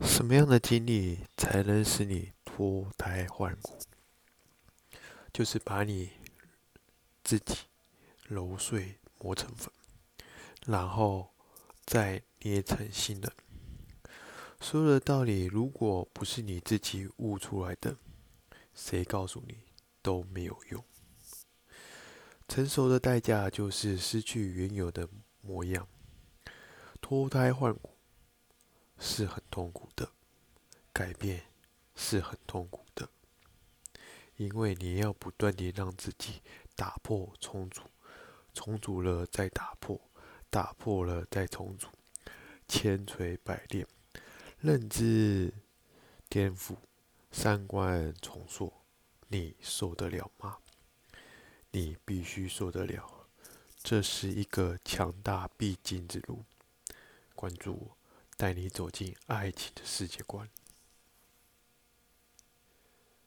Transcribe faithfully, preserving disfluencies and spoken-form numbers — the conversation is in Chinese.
什么样的经历才能使你脱胎换骨？就是把你自己揉碎磨成粉，然后再捏成新人。所有的道理，如果不是你自己悟出来的，谁告诉你都没有用。成熟的代价就是失去原有的模样，脱胎换骨是很痛苦的，改变是很痛苦的。因为你要不断地让自己打破重组，重组了再打破，打破了再重组，千锤百炼，认知颠覆，三观重塑，你受得了吗？你必须受得了，这是一个强大必经之路。关注我，带你走进爱情的世界观。